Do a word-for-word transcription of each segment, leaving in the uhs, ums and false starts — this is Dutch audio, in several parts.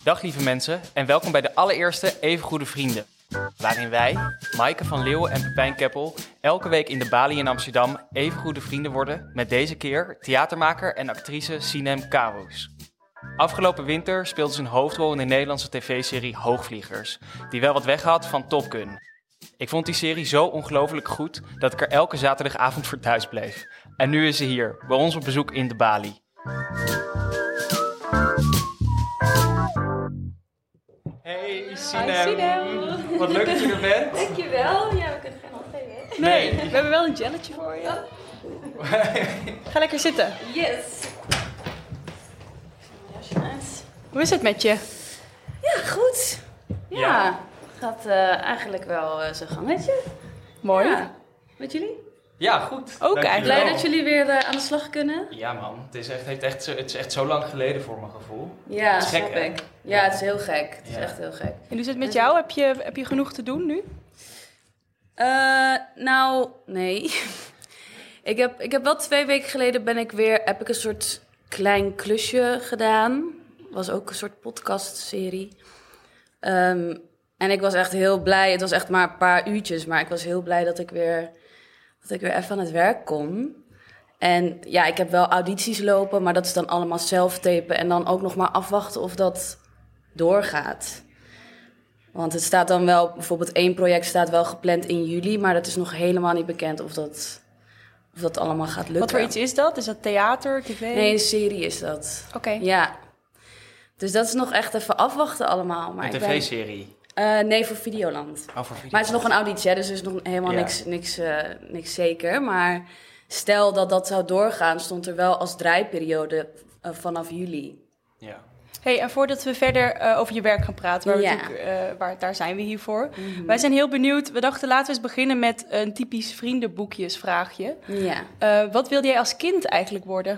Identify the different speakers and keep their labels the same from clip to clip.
Speaker 1: Dag lieve mensen en welkom bij de allereerste Even Goede Vrienden. Waarin wij, Maaike van Leeuwen en Pepijn Keppel, elke week in de Bali in Amsterdam even goede vrienden worden met deze keer theatermaker en actrice Sinem Karoes. Afgelopen winter speelde ze een hoofdrol in de Nederlandse tv-serie Hoogvliegers, die wel wat weghad van Top Gun. Ik vond die serie zo ongelooflijk goed dat ik er elke zaterdagavond voor thuis bleef. En nu is ze hier, bij ons op bezoek in de Bali. Hey Sinem.
Speaker 2: Hi Sinem.
Speaker 1: Wat leuk dat je er bent.
Speaker 2: Dankjewel. Ja, we kunnen geen hand geven.
Speaker 1: Nee.
Speaker 2: We hebben wel een jelletje voor je. Ga lekker zitten. Yes. Hoe is het met je?
Speaker 3: Ja, goed. Ja,
Speaker 1: Ja.
Speaker 3: gaat uh, eigenlijk wel uh, zijn gangetje.
Speaker 2: Mooi.
Speaker 3: Ja. Met jullie?
Speaker 1: Ja, goed.
Speaker 2: Ook
Speaker 1: Dankjewel.
Speaker 2: eigenlijk.
Speaker 3: Blij dat jullie weer uh, aan de slag kunnen?
Speaker 1: Ja man, het is echt, heeft echt, zo- het is echt zo lang geleden voor mijn gevoel.
Speaker 3: Ja,
Speaker 1: Het is gek,
Speaker 3: snap
Speaker 1: hè?
Speaker 3: ik. Ja, het is heel gek. Het is
Speaker 1: Ja.
Speaker 3: echt heel gek.
Speaker 2: En hoe is het met jou? Heb je, heb je genoeg te doen nu?
Speaker 3: Uh, nou, nee. ik, heb, ik heb wel twee weken geleden ben ik weer, heb ik een soort klein klusje gedaan. Was ook een soort podcastserie. Um, en ik was echt heel blij. Het was echt maar een paar uurtjes, maar ik was heel blij dat ik weer, dat ik weer even aan het werk kon. En ja, ik heb wel audities lopen, maar dat is dan allemaal zelftapen en dan ook nog maar afwachten of dat doorgaat. Want het staat dan wel, bijvoorbeeld één project staat wel gepland in juli, maar dat is nog helemaal niet bekend of dat, of dat allemaal gaat lukken.
Speaker 2: Wat voor iets is dat? Is dat theater, tv?
Speaker 3: Nee, een serie is dat.
Speaker 2: Oké.
Speaker 3: Ja. Dus dat is nog echt even afwachten allemaal. Maar
Speaker 1: Een
Speaker 3: ik ben-
Speaker 1: tv-serie.
Speaker 3: Eh, nee, voor Videoland.
Speaker 1: Oh, voor video.
Speaker 3: Maar het is nog een auditie, hè, dus er is nog helemaal
Speaker 1: Ja.
Speaker 3: niks, niks, uh, niks zeker. Maar stel dat dat zou doorgaan, stond er wel als draaiperiode uh, vanaf juli.
Speaker 1: Ja.
Speaker 2: Hey, en voordat we verder uh, over je werk gaan praten, waar we
Speaker 3: Ja.
Speaker 2: natuurlijk, uh, waar, daar zijn we hier voor.
Speaker 3: Mm-hmm.
Speaker 2: Wij zijn heel benieuwd. We dachten, laten we eens beginnen met een typisch vriendenboekjesvraagje.
Speaker 3: Ja.
Speaker 2: Uh, wat wilde jij als kind eigenlijk worden?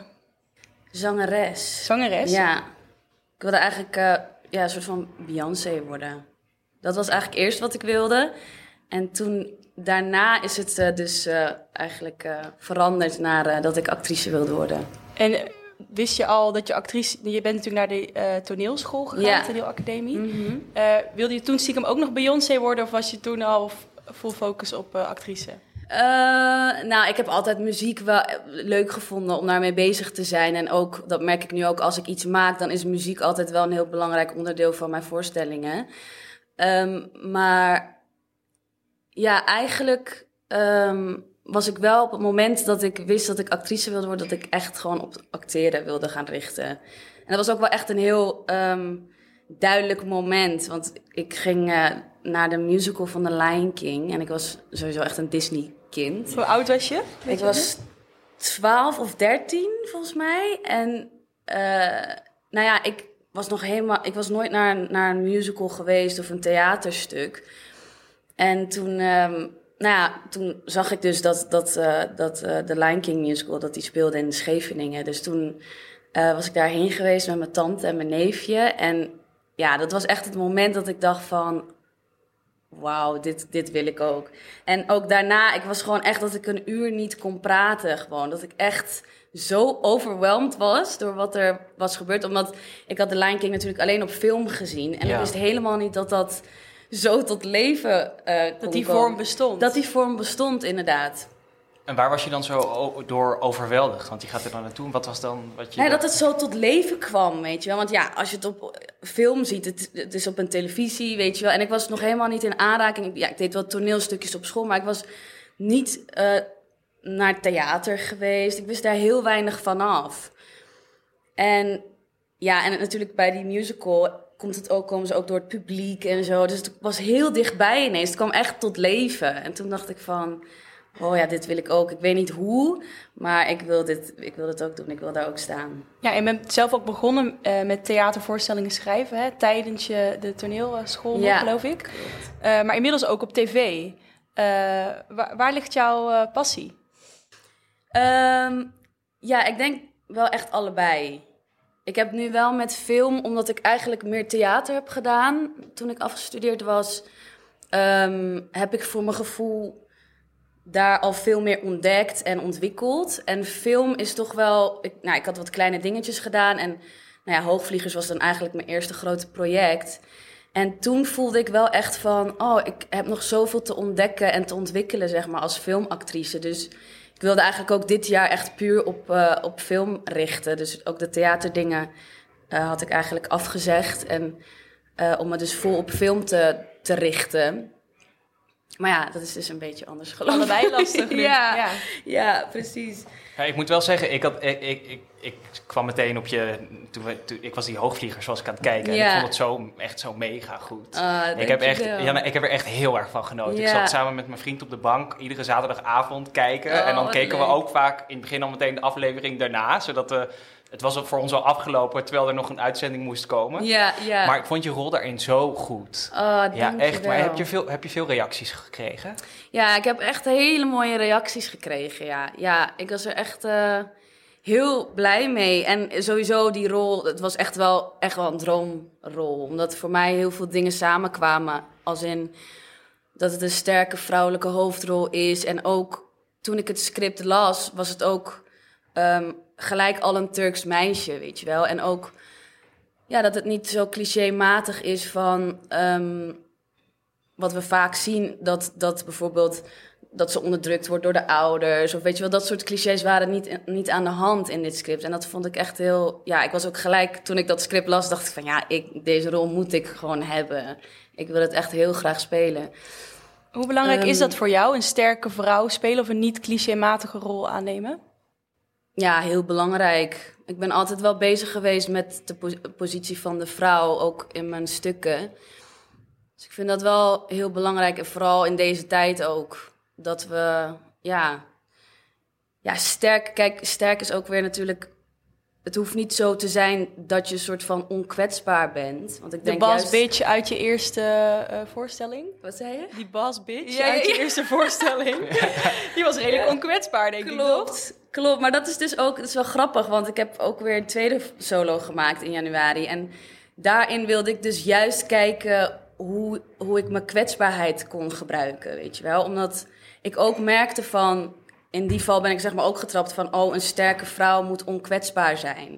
Speaker 3: Zangeres.
Speaker 2: Zangeres?
Speaker 3: Ja. Ik wilde eigenlijk uh, ja, een soort van Beyoncé worden. Dat was eigenlijk eerst wat ik wilde. En toen, daarna is het uh, dus uh, eigenlijk uh, veranderd naar uh, dat ik actrice wilde worden.
Speaker 2: En uh, wist je al dat je actrice... Je bent natuurlijk naar de uh, toneelschool gegaan,
Speaker 3: Ja.
Speaker 2: toneelacademie.
Speaker 3: Mm-hmm.
Speaker 2: Uh, wilde je toen stiekem ook nog Beyoncé worden? Of was je toen al f- full focus op uh, actrice?
Speaker 3: Uh, nou, ik heb altijd muziek wel leuk gevonden om daarmee bezig te zijn. En ook, dat merk ik nu ook, als ik iets maak, dan is muziek altijd wel een heel belangrijk onderdeel van mijn voorstellingen. Um, maar ja, eigenlijk um, was ik wel op het moment dat ik wist dat ik actrice wilde worden, dat ik echt gewoon op acteren wilde gaan richten. En dat was ook wel echt een heel um, duidelijk moment, want ik ging uh, naar de musical van The Lion King en ik was sowieso echt een Disney-kind.
Speaker 2: Hoe oud was je? Weet
Speaker 3: Ik
Speaker 2: je
Speaker 3: was twaalf of dertien volgens mij. En uh, nou ja, ik was nog helemaal. Ik was nooit naar, naar een musical geweest of een theaterstuk. En toen, um, nou ja, toen zag ik dus dat, dat, uh, dat uh, de Lion King musical dat die speelde in Scheveningen. Dus toen uh, was ik daarheen geweest met mijn tante en mijn neefje. En ja, dat was echt het moment dat ik dacht van, wauw, dit, dit wil ik ook. En ook daarna, ik was gewoon echt dat ik een uur niet kon praten. Gewoon dat ik echt zo overweldigd was door wat er was gebeurd. Omdat ik had de Lion King natuurlijk alleen op film gezien. En
Speaker 1: Ja.
Speaker 3: ik wist helemaal niet dat dat zo tot leven uh, kon
Speaker 2: Dat die
Speaker 3: komen.
Speaker 2: vorm bestond.
Speaker 3: Dat die vorm bestond, inderdaad.
Speaker 1: En waar was je dan zo o- door overweldigd? Want die gaat er dan naartoe. Wat was dan wat je...
Speaker 3: Nee, dat het zo tot leven kwam, weet je wel. Want ja, als je het op film ziet, het, het is op een televisie, weet je wel. En ik was nog helemaal niet in aanraking. Ik, ja, ik deed wel toneelstukjes op school, maar ik was niet uh, naar theater geweest. Ik wist daar heel weinig van af. En ja, en natuurlijk bij die musical komt het ook, komen ze ook door het publiek en zo. Dus het was heel dichtbij ineens. Het kwam echt tot leven. En toen dacht ik van, oh ja, dit wil ik ook. Ik weet niet hoe, maar ik wil dit, ik wil dit ook doen. Ik wil daar ook staan.
Speaker 2: Ja, en je bent zelf ook begonnen uh, met theatervoorstellingen schrijven, hè? Tijdens je de toneelschool,
Speaker 3: Ja.
Speaker 2: nog, geloof ik. Uh, maar inmiddels ook op tv. Uh, waar, waar ligt jouw uh, passie?
Speaker 3: Um, ja, ik denk wel echt allebei. Ik heb nu wel met film, omdat ik eigenlijk meer theater heb gedaan toen ik afgestudeerd was, um, heb ik voor mijn gevoel daar al veel meer ontdekt en ontwikkeld. En film is toch wel, ik, nou, ik had wat kleine dingetjes gedaan en nou ja, Hoogvliegers was dan eigenlijk mijn eerste grote project. En toen voelde ik wel echt van, oh, ik heb nog zoveel te ontdekken en te ontwikkelen, zeg maar, als filmactrice. Dus ik wilde eigenlijk ook dit jaar echt puur op, uh, op film richten. Dus ook de theaterdingen uh, had ik eigenlijk afgezegd. En uh, om me dus vol op film te, te richten. Maar ja, dat is dus een beetje anders gelopen.
Speaker 2: Allebei lastig nu.
Speaker 3: ja,
Speaker 2: ja.
Speaker 3: ja, precies.
Speaker 1: Ja, ik moet wel zeggen, ik, had, ik, ik, ik, ik kwam meteen op je... Toen we, toen, ik was die Hoogvliegers was ik aan het kijken. En
Speaker 3: Ja.
Speaker 1: ik vond het zo, echt zo mega goed.
Speaker 3: Uh,
Speaker 1: ik, heb echt, ja, nou, ik heb er echt heel erg van genoten.
Speaker 3: Ja.
Speaker 1: Ik zat samen met mijn vriend op de bank iedere zaterdagavond kijken.
Speaker 3: Oh,
Speaker 1: en dan
Speaker 3: wat
Speaker 1: keken
Speaker 3: leuk.
Speaker 1: we ook vaak in het begin al meteen de aflevering daarna. Zodat we... Het was voor ons al afgelopen, terwijl er nog een uitzending moest komen.
Speaker 3: Ja, ja.
Speaker 1: Maar ik vond je rol daarin zo goed.
Speaker 3: Oh,
Speaker 1: Ja, echt.
Speaker 3: dankjewel.
Speaker 1: Maar heb je, veel, heb je veel reacties gekregen?
Speaker 3: Ja, ik heb echt hele mooie reacties gekregen, ja. Ja, ik was er echt uh, heel blij mee. En sowieso die rol, het was echt wel, echt wel een droomrol. Omdat voor mij heel veel dingen samenkwamen. Als in dat het een sterke vrouwelijke hoofdrol is. En ook toen ik het script las, was het ook um, gelijk al een Turks meisje, weet je wel. En ook ja, dat het niet zo clichématig is van... Um, wat we vaak zien, dat, dat bijvoorbeeld dat ze onderdrukt wordt door de ouders. Of weet je wel, dat soort clichés waren niet, niet aan de hand in dit script. En dat vond ik echt heel... Ja, ik was ook gelijk, toen ik dat script las, dacht ik van... Ja, ik, deze rol moet ik gewoon hebben. Ik wil het echt heel graag spelen.
Speaker 2: Hoe belangrijk
Speaker 3: Um,
Speaker 2: is dat voor jou, een sterke vrouw spelen of een niet clichématige rol aannemen?
Speaker 3: Ja, heel belangrijk. Ik ben altijd wel bezig geweest met de pos- positie van de vrouw, ook in mijn stukken. Dus ik vind dat wel heel belangrijk en vooral in deze tijd ook. Dat we, ja, ja sterk, kijk, sterk is ook weer natuurlijk... Het hoeft niet zo te zijn dat je een soort van onkwetsbaar bent. Want ik
Speaker 2: De
Speaker 3: denk
Speaker 2: boss
Speaker 3: juist...
Speaker 2: bitch uit je eerste uh, voorstelling?
Speaker 3: Wat zei je?
Speaker 2: Die boss bitch
Speaker 3: Ja, ja,
Speaker 2: uit je
Speaker 3: ja.
Speaker 2: eerste voorstelling. Die was redelijk onkwetsbaar, denk ik, toch?
Speaker 3: Klopt, klopt. Maar dat is dus ook, dat is wel grappig, want ik heb ook weer een tweede solo gemaakt in januari. En daarin wilde ik dus juist kijken hoe, hoe ik mijn kwetsbaarheid kon gebruiken, weet je wel. Omdat ik ook merkte van, in die val ben ik zeg maar ook getrapt van, oh, een sterke vrouw moet onkwetsbaar zijn.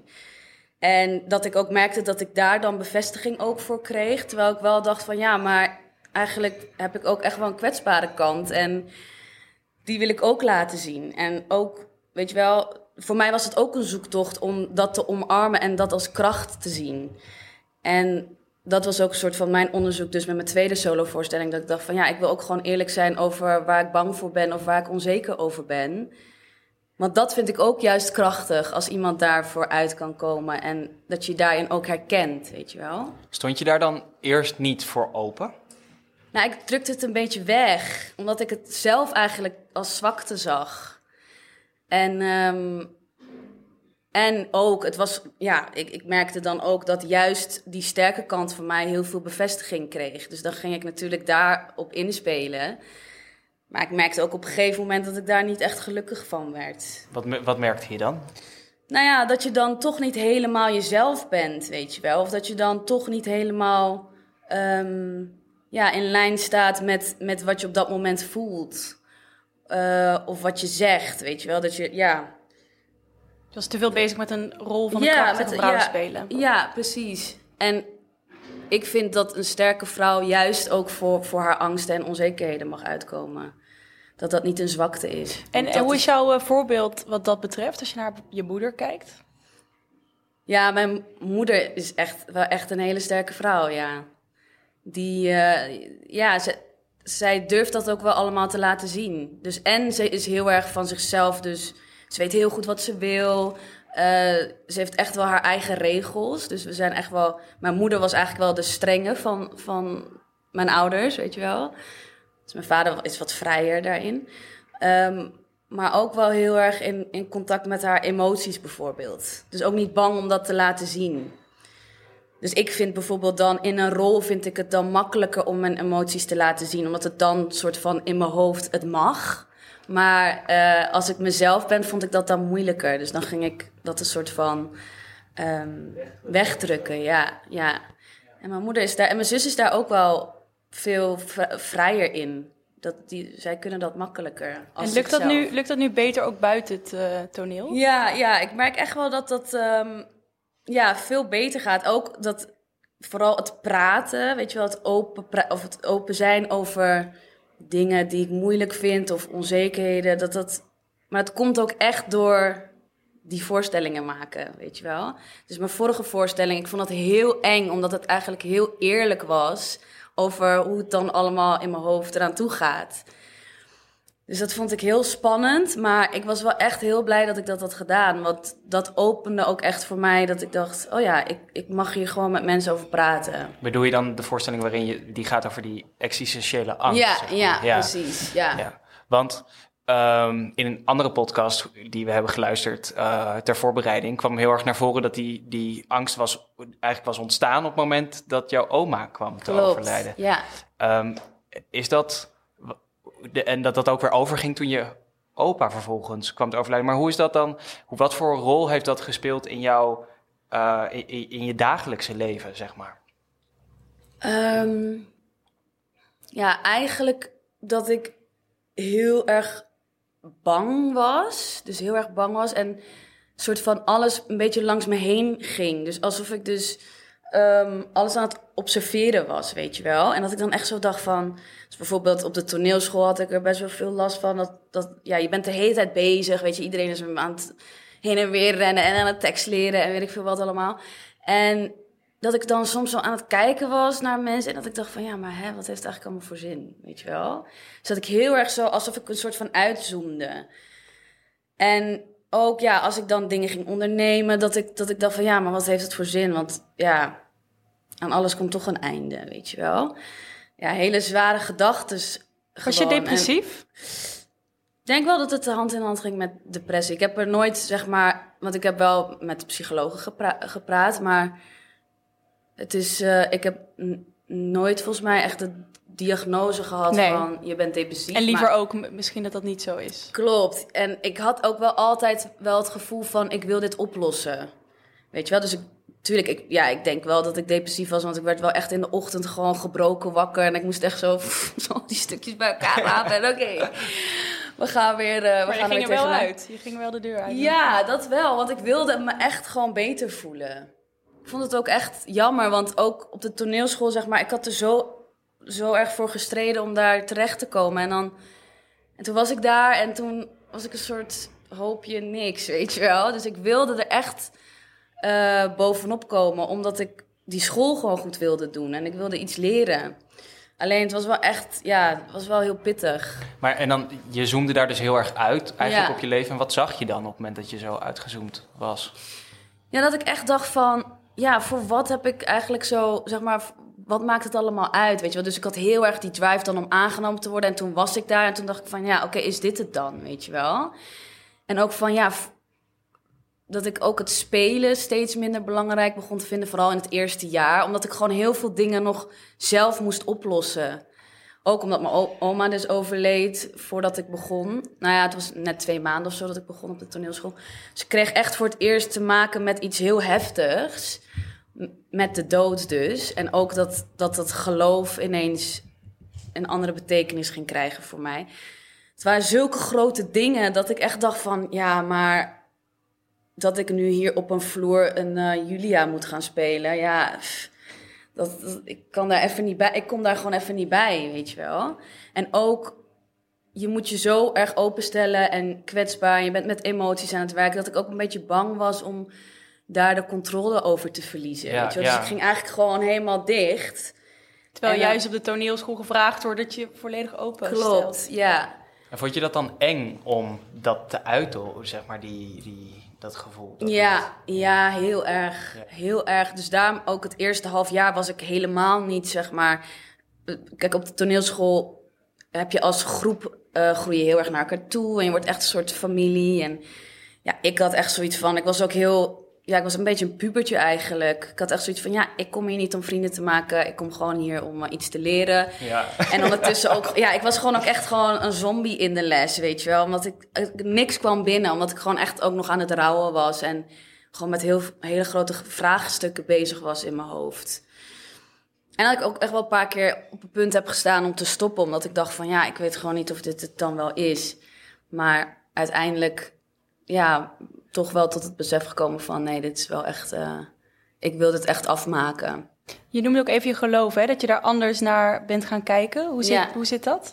Speaker 3: En dat ik ook merkte dat ik daar dan bevestiging ook voor kreeg. Terwijl ik wel dacht van, ja, maar eigenlijk heb ik ook echt wel een kwetsbare kant. En die wil ik ook laten zien. En ook, weet je wel, voor mij was het ook een zoektocht om dat te omarmen en dat als kracht te zien. En dat was ook een soort van mijn onderzoek dus met mijn tweede solovoorstelling. Dat ik dacht van ja, ik wil ook gewoon eerlijk zijn over waar ik bang voor ben of waar ik onzeker over ben. Want dat vind ik ook juist krachtig als iemand daarvoor uit kan komen en dat je daarin ook herkent, weet je wel.
Speaker 1: Stond je daar dan eerst niet voor open?
Speaker 3: Nou, ik drukte het een beetje weg, omdat ik het zelf eigenlijk als zwakte zag. En, um, en ook, het was, ja, ik, ik merkte dan ook dat juist die sterke kant van mij heel veel bevestiging kreeg. Dus dan ging ik natuurlijk daarop inspelen. Maar ik merkte ook op een gegeven moment dat ik daar niet echt gelukkig van werd.
Speaker 1: Wat, wat merkte je dan?
Speaker 3: Nou ja, dat je dan toch niet helemaal jezelf bent, weet je wel. Of dat je dan toch niet helemaal um, ja, in lijn staat met, met wat je op dat moment voelt. Uh, of wat je zegt, weet je wel. Dat je, ja...
Speaker 2: Je was te veel bezig met een rol van een
Speaker 3: ja,
Speaker 2: krachtige
Speaker 3: met,
Speaker 2: vrouw
Speaker 3: ja,
Speaker 2: spelen.
Speaker 3: Ja, precies. En ik vind dat een sterke vrouw juist ook voor, voor haar angsten en onzekerheden mag uitkomen. Dat dat niet een zwakte is.
Speaker 2: En,
Speaker 3: Want
Speaker 2: en
Speaker 3: dat
Speaker 2: hoe
Speaker 3: is
Speaker 2: is jouw uh, voorbeeld wat dat betreft, als je naar je moeder kijkt?
Speaker 3: Ja, mijn moeder is echt wel echt een hele sterke vrouw, ja. Die, uh, ja, ze, zij durft dat ook wel allemaal te laten zien. Dus en ze is heel erg van zichzelf, dus ze weet heel goed wat ze wil. Uh, ze heeft echt wel haar eigen regels. Dus we zijn echt wel... Mijn moeder was eigenlijk wel de strenge van, van mijn ouders, weet je wel. Dus mijn vader is wat vrijer daarin. Um, maar ook wel heel erg in, in contact met haar emoties bijvoorbeeld. Dus ook niet bang om dat te laten zien. Dus ik vind bijvoorbeeld dan in een rol vind ik het dan makkelijker om mijn emoties te laten zien. Omdat het dan soort van in mijn hoofd het mag. Maar uh, als ik mezelf ben, vond ik dat dan moeilijker. Dus dan ging ik dat een soort van um, wegdrukken, ja, ja. En mijn moeder is daar, en mijn zus is daar ook wel veel v- vrijer in. Dat die, zij kunnen dat makkelijker. Als
Speaker 2: En lukt dat,
Speaker 3: zichzelf.
Speaker 2: nu, lukt dat nu beter ook buiten het uh, toneel?
Speaker 3: Ja, ja, ik merk echt wel dat dat... Um, ja, veel beter gaat. Ook dat vooral het praten, weet je wel, het open, pra- of het open zijn over dingen die ik moeilijk vind of onzekerheden. Dat dat, maar het komt ook echt door die voorstellingen maken, weet je wel. Dus mijn vorige voorstelling, ik vond dat heel eng, omdat het eigenlijk heel eerlijk was over hoe het dan allemaal in mijn hoofd eraan toe gaat. Dus dat vond ik heel spannend, maar ik was wel echt heel blij dat ik dat had gedaan. Want dat opende ook echt voor mij dat ik dacht, oh ja, ik, ik mag hier gewoon met mensen over praten.
Speaker 1: Bedoel je dan de voorstelling waarin je, die gaat over die existentiële angst?
Speaker 3: Ja,
Speaker 1: zeg maar?
Speaker 3: ja, ja, precies, ja.
Speaker 1: ja. Want um, in een andere podcast die we hebben geluisterd uh, ter voorbereiding kwam heel erg naar voren dat die, die angst was, eigenlijk was ontstaan op het moment dat jouw oma kwam te
Speaker 3: Klopt,
Speaker 1: overlijden.
Speaker 3: Ja.
Speaker 1: Um, is dat... De, en dat dat ook weer overging toen je opa vervolgens kwam te overlijden. Maar hoe is dat dan? Hoe, wat voor rol heeft dat gespeeld in jouw uh, in, in je dagelijkse leven, zeg maar?
Speaker 3: Um, ja, eigenlijk dat ik heel erg bang was. Dus heel erg bang was en een soort van alles een beetje langs me heen ging. Dus alsof ik dus um, alles aan het observeren was, weet je wel. En dat ik dan echt zo dacht van... Dus bijvoorbeeld op de toneelschool had ik er best wel veel last van. Dat, dat, ja, je bent de hele tijd bezig, weet je. Iedereen is aan het heen en weer rennen en aan het tekst leren en weet ik veel wat allemaal. En dat ik dan soms zo aan het kijken was naar mensen... en dat ik dacht van, ja, maar hè, wat heeft het eigenlijk allemaal voor zin, weet je wel? Dus dat ik heel erg zo, alsof ik een soort van uitzoomde. En ook, ja, als ik dan dingen ging ondernemen... dat ik, dat ik dacht van, ja, maar wat heeft het voor zin? Want, ja, aan alles komt toch een einde, weet je wel? Ja, hele zware gedachten.
Speaker 2: Was je depressief?
Speaker 3: Ik denk wel dat het de hand in hand ging met depressie. Ik heb er nooit, zeg maar... Want ik heb wel met psychologen gepra- gepraat, maar... Het is, uh, ik heb n- nooit volgens mij echt de diagnose gehad nee. van je bent depressief.
Speaker 2: En liever
Speaker 3: maar...
Speaker 2: ook m- misschien dat dat niet zo is.
Speaker 3: Klopt. En ik had ook wel altijd wel het gevoel van ik wil dit oplossen. Weet je wel? Dus ik, tuurlijk, ik, ja, ik denk wel dat ik depressief was, want ik werd wel echt in de ochtend gewoon gebroken wakker. En ik moest echt zo, zo die stukjes bij elkaar laten. En oké, okay, we gaan weer uh, we
Speaker 2: maar
Speaker 3: gaan
Speaker 2: je ging
Speaker 3: er
Speaker 2: er wel uit. Je ging wel de deur uit.
Speaker 3: Ja, dat wel. Want ik wilde me echt gewoon beter voelen. Ik vond het ook echt jammer, want ook op de toneelschool, zeg maar, ik had er zo, zo erg voor gestreden om daar terecht te komen. En, dan, en toen was ik daar en toen was ik een soort hoopje niks, weet je wel. Dus ik wilde er echt uh, bovenop komen, omdat ik die school gewoon goed wilde doen. En ik wilde iets leren. Alleen het was wel echt, ja, het was wel heel pittig.
Speaker 1: Maar en dan, je zoomde daar dus heel erg uit, eigenlijk
Speaker 3: ja.
Speaker 1: op je leven. En wat zag je dan op het moment dat je zo uitgezoomd was?
Speaker 3: Ja, dat ik echt dacht van... Ja, voor wat heb ik eigenlijk zo, zeg maar, wat maakt het allemaal uit, weet je wel? Dus ik had heel erg die drive dan om aangenomen te worden. En toen was ik daar en toen dacht ik van, ja, oké, okay, is dit het dan, weet je wel? En ook van, ja, f- dat ik ook het spelen steeds minder belangrijk begon te vinden. Vooral in het eerste jaar. Omdat ik gewoon heel veel dingen nog zelf moest oplossen. Ook omdat mijn o- oma dus overleed voordat ik begon. Nou ja, het was net twee maanden of zo dat ik begon op de toneelschool. Dus ik kreeg echt voor het eerst te maken met iets heel heftigs. Met de dood dus. En ook dat dat, dat geloof ineens een andere betekenis ging krijgen voor mij. Het waren zulke grote dingen dat ik echt dacht van... Ja, maar dat ik nu hier op een vloer een uh, Julia moet gaan spelen. Ja, pff, dat, dat, ik kan daar even niet bij. Ik kom daar gewoon even niet bij, weet je wel. En ook, je moet je zo erg openstellen en kwetsbaar. Je bent met emoties aan het werken. Dat ik ook een beetje bang was om... daar de controle over te verliezen.
Speaker 1: Ja,
Speaker 3: weet je wel?
Speaker 1: ja.
Speaker 3: Dus ik ging eigenlijk gewoon helemaal dicht.
Speaker 2: Terwijl
Speaker 3: en
Speaker 2: juist dan, op de toneelschool gevraagd wordt dat je volledig open
Speaker 3: klopt,
Speaker 2: stelt.
Speaker 3: ja.
Speaker 1: En vond je dat dan eng om dat te uiten, zeg maar, die, die, dat gevoel? Dat
Speaker 3: Ja, ja, heel erg.
Speaker 1: Ja.
Speaker 3: Heel erg. Dus daarom ook het eerste half jaar was ik helemaal niet, zeg maar... Kijk, op de toneelschool heb je als groep... Uh, groei je heel erg naar elkaar toe en je wordt echt een soort familie. En ja, ik had echt zoiets van... Ik was ook heel... Ja, ik was een beetje een pubertje eigenlijk. Ik had echt zoiets van, ja, ik kom hier niet om vrienden te maken. Ik kom gewoon hier om uh, iets te leren.
Speaker 1: Ja.
Speaker 3: En ondertussen ook... Ja, ik was gewoon ook echt gewoon een zombie in de les, weet je wel. Omdat ik... ik niks kwam binnen, omdat ik gewoon echt ook nog aan het rouwen was. En gewoon met heel, hele grote vraagstukken bezig was in mijn hoofd. En dat ik ook echt wel een paar keer op het punt heb gestaan om te stoppen. Omdat ik dacht van, ja, ik weet gewoon niet of dit het dan wel is. Maar uiteindelijk... Ja, toch wel tot het besef gekomen van... nee, dit is wel echt uh, ik wilde het echt afmaken.
Speaker 2: Je noemde ook even je geloof, hè? Dat je daar anders naar bent gaan kijken. Hoe zit,
Speaker 3: Ja.
Speaker 2: hoe zit dat?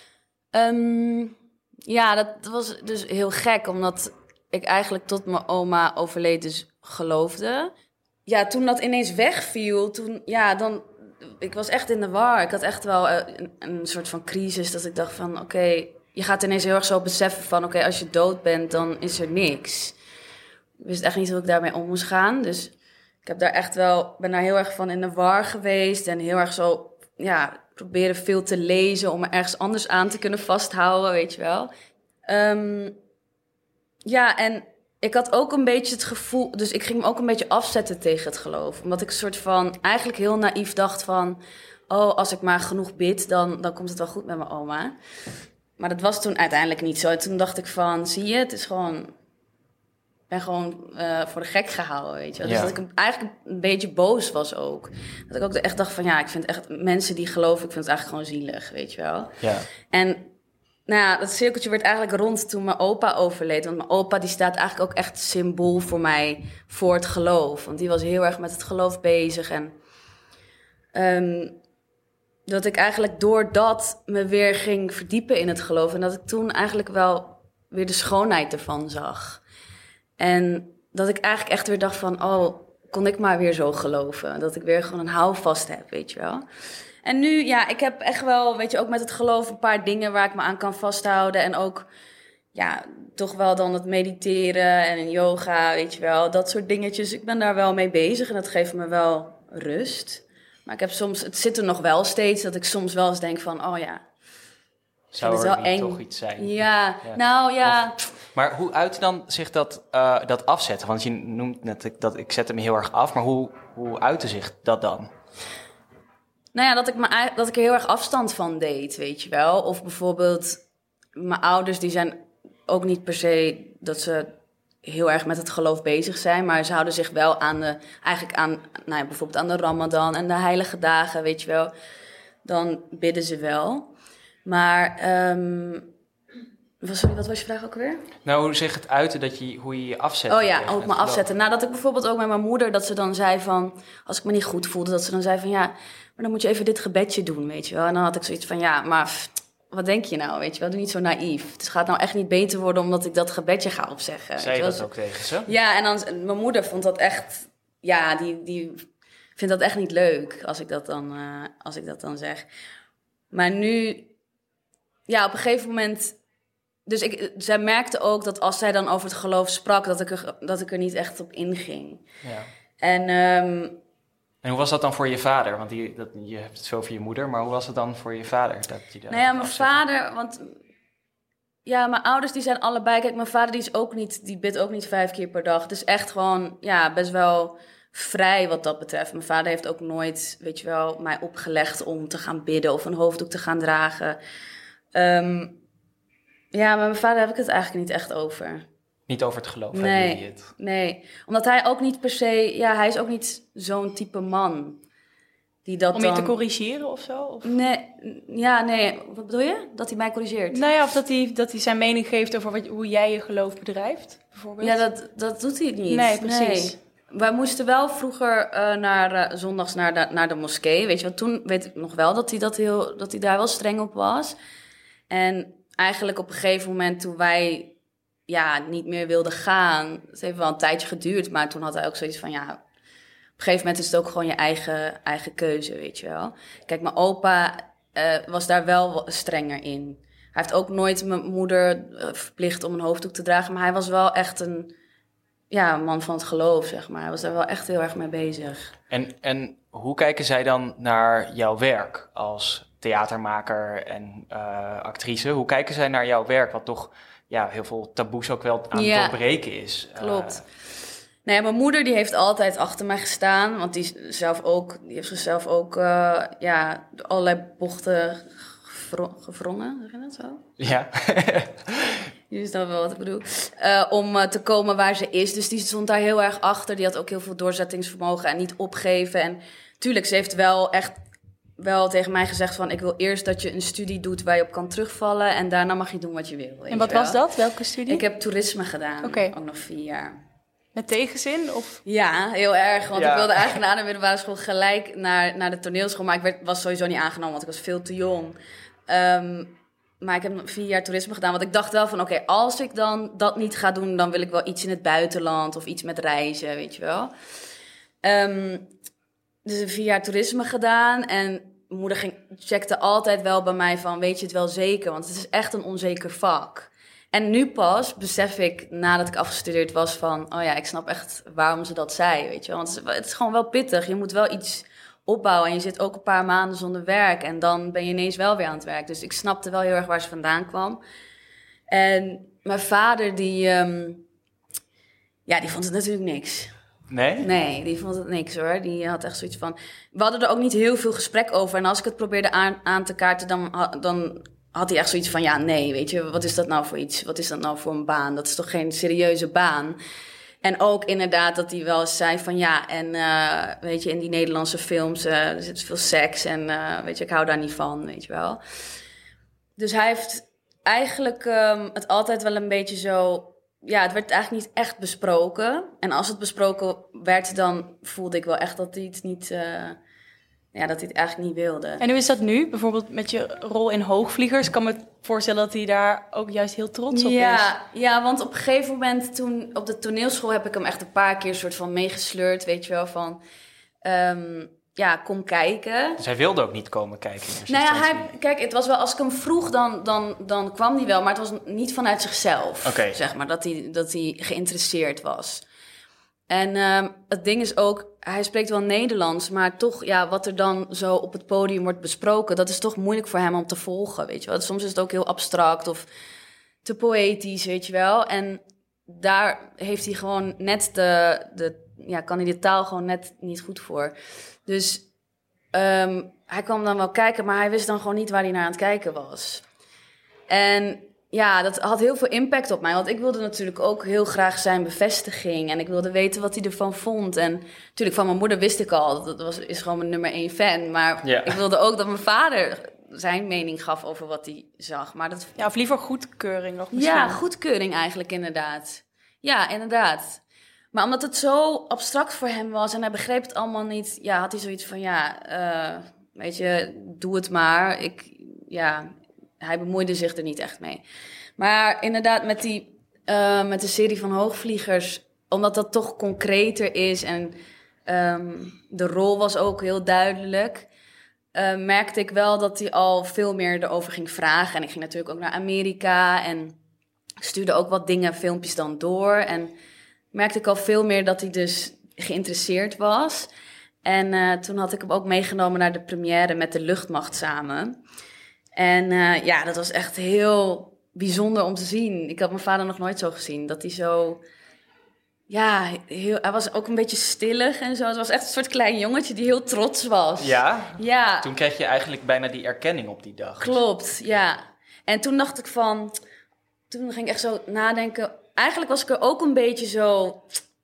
Speaker 3: Um, ja, dat was dus heel gek, omdat ik eigenlijk tot mijn oma overleed dus geloofde. Ja, toen dat ineens wegviel, toen, ja, dan... Ik was echt in de war. Ik had echt wel een, een soort van crisis dat ik dacht van, oké, okay, je gaat ineens heel erg zo beseffen van, oké, okay, als je dood bent, dan is er niks. Ik wist echt niet hoe ik daarmee om moest gaan, dus ik heb daar echt wel, ben daar heel erg van in de war geweest en heel erg zo, ja, proberen veel te lezen om me ergens anders aan te kunnen vasthouden, weet je wel. Um, ja, en ik had ook een beetje het gevoel, dus ik ging me ook een beetje afzetten tegen het geloof. Omdat ik een soort van, eigenlijk heel naïef dacht van, oh, als ik maar genoeg bid, dan, dan komt het wel goed met mijn oma. Maar dat was toen uiteindelijk niet zo. En toen dacht ik van, zie je, het is gewoon, ik ben gewoon uh, voor de gek gehouden, weet je wel.
Speaker 1: Ja.
Speaker 3: Dus dat ik eigenlijk een beetje boos was ook. Dat ik ook echt dacht van, ja, ik vind echt mensen die geloven, ik vind het eigenlijk gewoon zielig, weet je wel.
Speaker 1: Ja.
Speaker 3: En nou ja, dat cirkeltje werd eigenlijk rond toen mijn opa overleed. Want mijn opa die staat eigenlijk ook echt symbool voor mij, voor het geloof. Want die was heel erg met het geloof bezig. En um, dat ik eigenlijk door dat me weer ging verdiepen in het geloof. En dat ik toen eigenlijk wel weer de schoonheid ervan zag. En dat ik eigenlijk echt weer dacht van, oh, kon ik maar weer zo geloven. Dat ik weer gewoon een houvast heb, weet je wel. En nu, ja, ik heb echt wel, weet je, ook met het geloof een paar dingen waar ik me aan kan vasthouden. En ook, ja, toch wel dan het mediteren en yoga, weet je wel. Dat soort dingetjes. Ik ben daar wel mee bezig en dat geeft me wel rust. Maar ik heb soms, het zit er nog wel steeds, dat ik soms wel eens denk van, oh ja.
Speaker 1: Zou
Speaker 3: het
Speaker 1: er
Speaker 3: wel
Speaker 1: niet
Speaker 3: eng.
Speaker 1: toch iets zijn?
Speaker 3: Ja,
Speaker 1: Ja.
Speaker 3: nou ja.
Speaker 1: Of, maar hoe uit dan zich dat, uh, dat afzetten? Want je noemt net dat ik zet hem heel erg af, maar hoe, hoe uitte zich dat dan?
Speaker 3: Nou ja, dat ik, me, dat ik er heel erg afstand van deed, weet je wel. Of bijvoorbeeld, mijn ouders die zijn ook niet per se dat ze heel erg met het geloof bezig zijn. Maar ze houden zich wel aan de, eigenlijk aan, nou ja, bijvoorbeeld aan de Ramadan en de heilige dagen, weet je wel. Dan bidden ze wel. Maar, um, sorry, wat was je vraag ook weer?
Speaker 1: Nou, hoe zich het uiten dat je, hoe je je afzet?
Speaker 3: Oh ja, ook me afzetten. Nou, dat ik bijvoorbeeld ook met mijn moeder, dat ze dan zei van, als ik me niet goed voelde, dat ze dan zei van, ja, maar dan moet je even dit gebedje doen, weet je wel. En dan had ik zoiets van, ja, maar pff, wat denk je nou, weet je wel? Doe niet zo naïef. Het gaat nou echt niet beter worden omdat ik dat gebedje ga opzeggen.
Speaker 1: Zei je
Speaker 3: weet
Speaker 1: dat
Speaker 3: je
Speaker 1: ook tegen ze?
Speaker 3: Ja, en dan, mijn moeder vond dat echt, ja, die, die vindt dat echt niet leuk als ik dat dan, uh, als ik dat dan zeg. Maar nu, ja, op een gegeven moment, dus ik, zij merkte ook dat als zij dan over het geloof sprak, dat ik er, dat ik er niet echt op inging.
Speaker 1: Ja.
Speaker 3: En, um,
Speaker 1: en hoe was dat dan voor je vader? Want die, dat, je hebt het zo over je moeder, maar hoe was het dan voor je vader? Dat je
Speaker 3: nou ja, mijn vader, want ja, mijn ouders die zijn allebei, kijk, mijn vader die is ook niet, die bidt ook niet vijf keer per dag. Het is echt gewoon, ja, best wel vrij wat dat betreft. Mijn vader heeft ook nooit, weet je wel, mij opgelegd om te gaan bidden of een hoofddoek te gaan dragen. Um, ja, maar mijn vader heb ik het eigenlijk niet echt over.
Speaker 1: Niet over het geloof,
Speaker 3: nee,
Speaker 1: heb je het?
Speaker 3: Nee, omdat hij ook niet per se, ja, hij is ook niet zo'n type man die dat
Speaker 2: Om je
Speaker 3: dan
Speaker 2: te corrigeren of zo? Of?
Speaker 3: Nee, ja, nee, wat bedoel je? Dat hij mij corrigeert?
Speaker 2: Nou ja, of dat hij, dat hij zijn mening geeft over wat, hoe jij je geloof bedrijft, bijvoorbeeld.
Speaker 3: Ja, dat, dat doet hij niet.
Speaker 2: Nee, precies.
Speaker 3: Nee. Wij moesten wel vroeger uh, naar, uh, zondags naar de, naar de moskee, weet je wel. Toen weet ik nog wel dat hij, dat, heel, dat hij daar wel streng op was. En eigenlijk op een gegeven moment toen wij ja, niet meer wilden gaan, het heeft wel een tijdje geduurd, maar toen had hij ook zoiets van, ja, op een gegeven moment is het ook gewoon je eigen, eigen keuze, weet je wel. Kijk, mijn opa uh, was daar wel strenger in. Hij heeft ook nooit mijn moeder uh, verplicht om een hoofddoek te dragen, maar hij was wel echt een, ja, een man van het geloof, zeg maar. Hij was daar wel echt heel erg mee bezig.
Speaker 1: En, en hoe kijken zij dan naar jouw werk als theatermaker en uh, actrice? Hoe kijken zij naar jouw werk, wat toch ja, heel veel taboes ook wel aan
Speaker 3: ja,
Speaker 1: het doorbreken is?
Speaker 3: Klopt. Uh, Nou ja, mijn moeder die heeft altijd achter mij gestaan, want die, zelf ook, die heeft zichzelf ook uh, ja, allerlei bochten gevro- gevrongen, zeg je dat zo?
Speaker 1: Ja.
Speaker 3: Je snapt wel wat ik bedoel. Uh, om uh, te komen waar ze is. Dus die stond daar heel erg achter. Die had ook heel veel doorzettingsvermogen en niet opgeven. En tuurlijk, ze heeft wel echt wel tegen mij gezegd van, ik wil eerst dat je een studie doet waar je op kan terugvallen en daarna mag je doen wat je wil.
Speaker 2: En wat was dat? Welke studie?
Speaker 3: Ik heb toerisme gedaan,
Speaker 2: okay.
Speaker 3: ook nog vier jaar.
Speaker 2: Met tegenzin? Of?
Speaker 3: Ja, heel erg. Want
Speaker 1: Ja.
Speaker 3: ik wilde eigenlijk na de middelbare school gelijk naar, naar de toneelschool. Maar ik werd, was sowieso niet aangenomen, want ik was veel te jong. Um, maar ik heb vier jaar toerisme gedaan. Want ik dacht wel van, oké, okay, als ik dan dat niet ga doen... dan wil ik wel iets in het buitenland of iets met reizen, weet je wel. Um, dus een vier jaar toerisme gedaan. En mijn moeder ging, checkte altijd wel bij mij van, weet je het wel zeker? Want het is echt een onzeker vak. En nu pas besef ik, nadat ik afgestudeerd was, van... oh ja, ik snap echt waarom ze dat zei, weet je wel. Want het is gewoon wel pittig. Je moet wel iets opbouwen en je zit ook een paar maanden zonder werk... en dan ben je ineens wel weer aan het werk. Dus ik snapte wel heel erg waar ze vandaan kwam. En mijn vader, die... Um, ja, die vond het natuurlijk niks.
Speaker 1: Nee?
Speaker 3: Nee, die vond het niks hoor. Die had echt zoiets van... We hadden er ook niet heel veel gesprek over. En als ik het probeerde aan, aan te kaarten, dan... dan had hij echt zoiets van, ja, nee, weet je, wat is dat nou voor iets? Wat is dat nou voor een baan? Dat is toch geen serieuze baan? En ook inderdaad dat hij wel eens zei van, ja, en uh, weet je, in die Nederlandse films, uh, er zit veel seks en uh, weet je, ik hou daar niet van, weet je wel. Dus hij heeft eigenlijk um, het altijd wel een beetje zo, ja, het werd eigenlijk niet echt besproken. En als het besproken werd, dan voelde ik wel echt dat hij het niet... Uh, Ja, dat hij het eigenlijk niet wilde.
Speaker 2: En hoe is dat nu? Bijvoorbeeld met je rol in Hoogvliegers. Ik kan me voorstellen dat hij daar ook juist heel trots op
Speaker 3: ja,
Speaker 2: is.
Speaker 3: Ja, want op een gegeven moment toen op de toneelschool heb ik hem echt een paar keer soort van meegesleurd. Weet je wel, van um, ja, kom kijken.
Speaker 1: Dus hij wilde ook niet komen kijken in
Speaker 3: Nou ja, hij, kijk, het was wel, als ik hem vroeg, dan, dan, dan kwam hij wel. Maar het was niet vanuit zichzelf,
Speaker 1: okay.
Speaker 3: zeg maar, dat hij, dat hij geïnteresseerd was. En um, het ding is ook, hij spreekt wel Nederlands, maar toch, ja, wat er dan zo op het podium wordt besproken, dat is toch moeilijk voor hem om te volgen, weet je wel. Soms is het ook heel abstract of te poëtisch, weet je wel. En daar heeft hij gewoon net de, de ja, kan hij de taal gewoon net niet goed voor. Dus um, hij kwam dan wel kijken, maar hij wist dan gewoon niet waar hij naar aan het kijken was. En ja, dat had heel veel impact op mij. Want ik wilde natuurlijk ook heel graag zijn bevestiging. En ik wilde weten wat hij ervan vond. En natuurlijk, van mijn moeder wist ik al. Dat was, is gewoon mijn nummer één fan. Maar yeah. ik wilde ook dat mijn vader zijn mening gaf over wat hij zag. Maar dat...
Speaker 2: Ja, of liever goedkeuring nog misschien.
Speaker 3: Ja, goedkeuring eigenlijk inderdaad. Ja, inderdaad. Maar omdat het zo abstract voor hem was en hij begreep het allemaal niet... Ja, had hij zoiets van, ja, uh, weet je, doe het maar. Ik, ja... Hij bemoeide zich er niet echt mee. Maar inderdaad, met, die, uh, met de serie van Hoogvliegers... omdat dat toch concreter is... en um, de rol was ook heel duidelijk... Uh, merkte ik wel dat hij al veel meer erover ging vragen. En ik ging natuurlijk ook naar Amerika... en stuurde ook wat dingen, filmpjes dan door. En merkte ik al veel meer dat hij dus geïnteresseerd was. En uh, toen had ik hem ook meegenomen naar de première... met de luchtmacht samen... En uh, ja, dat was echt heel bijzonder om te zien. Ik had mijn vader nog nooit zo gezien. Dat hij zo... Ja, heel, hij was ook een beetje stillig en zo. Het was echt een soort klein jongetje die heel trots was.
Speaker 1: Ja?
Speaker 3: Ja.
Speaker 1: Toen kreeg je eigenlijk bijna die erkenning op die dag.
Speaker 3: Klopt, ja. En toen dacht ik van... Toen ging ik echt zo nadenken... Eigenlijk was ik er ook een beetje zo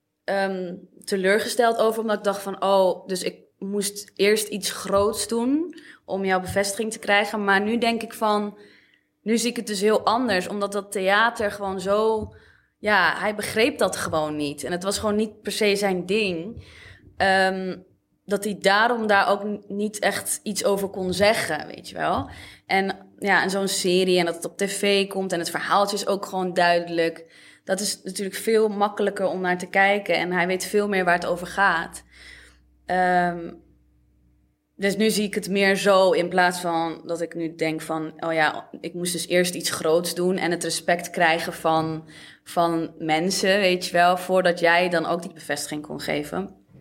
Speaker 3: um, teleurgesteld over. Omdat ik dacht van... Oh, dus ik moest eerst iets groots doen... om jouw bevestiging te krijgen. Maar nu denk ik van... Nu zie ik het dus heel anders. Omdat dat theater gewoon zo... Ja, hij begreep dat gewoon niet. En het was gewoon niet per se zijn ding. Um, dat hij daarom daar ook niet echt iets over kon zeggen, weet je wel. En ja, en zo'n serie en dat het op tv komt... en het verhaaltje is ook gewoon duidelijk. Dat is natuurlijk veel makkelijker om naar te kijken. En hij weet veel meer waar het over gaat. Um, Dus nu zie ik het meer zo in plaats van dat ik nu denk van... oh ja, ik moest dus eerst iets groots doen... en het respect krijgen van, van mensen, weet je wel... voordat jij dan ook die bevestiging kon geven.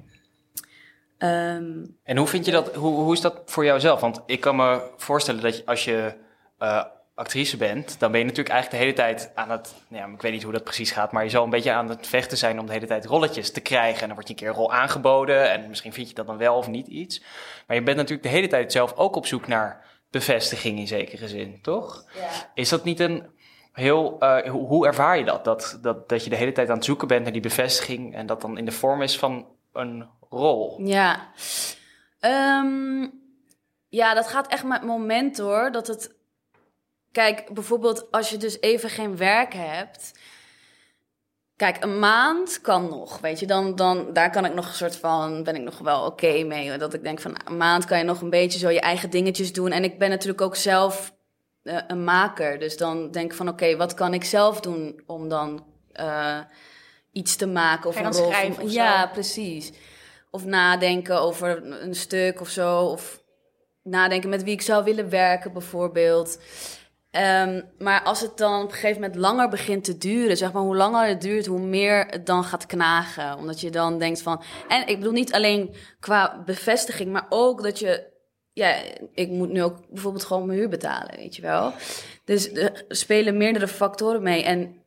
Speaker 3: Um,
Speaker 1: en hoe vind je dat, hoe, hoe is dat voor jou zelf? Want ik kan me voorstellen dat je, als je uh, actrice bent... dan ben je natuurlijk eigenlijk de hele tijd aan het... Ja, ik weet niet hoe dat precies gaat... maar je zal een beetje aan het vechten zijn om de hele tijd rolletjes te krijgen. En dan wordt je een keer een rol aangeboden... en misschien vind je dat dan wel of niet iets... Maar je bent natuurlijk de hele tijd zelf ook op zoek naar bevestiging in zekere zin, toch?
Speaker 3: Ja.
Speaker 1: Is dat niet een heel... Uh, hoe, hoe ervaar je dat? Dat, dat? Dat je de hele tijd aan het zoeken bent naar die bevestiging... en dat dan in de vorm is van een rol?
Speaker 3: Ja, um, ja dat gaat echt met het moment hoor. Dat het... Kijk, bijvoorbeeld als je dus even geen werk hebt... Kijk, een maand kan nog, weet je. Dan, dan, daar kan ik nog een soort van, ben ik nog wel oké okay mee. Dat ik denk van, een maand kan je nog een beetje zo je eigen dingetjes doen. En ik ben natuurlijk ook zelf uh, een maker. Dus dan denk ik van, oké, okay, wat kan ik zelf doen om dan uh, iets te maken? Of
Speaker 2: Ga je
Speaker 3: een
Speaker 2: dan
Speaker 3: rol
Speaker 2: schrijven
Speaker 3: van,
Speaker 2: of
Speaker 3: ja,
Speaker 2: zo?
Speaker 3: precies. Of nadenken over een stuk of zo. Of nadenken met wie ik zou willen werken, bijvoorbeeld. Um, maar als het dan op een gegeven moment langer begint te duren, zeg maar, hoe langer het duurt, hoe meer het dan gaat knagen. Omdat je dan denkt van, en ik bedoel niet alleen qua bevestiging, maar ook dat je, ja, ik moet nu ook bijvoorbeeld gewoon mijn huur betalen, weet je wel. Dus er spelen meerdere factoren mee. En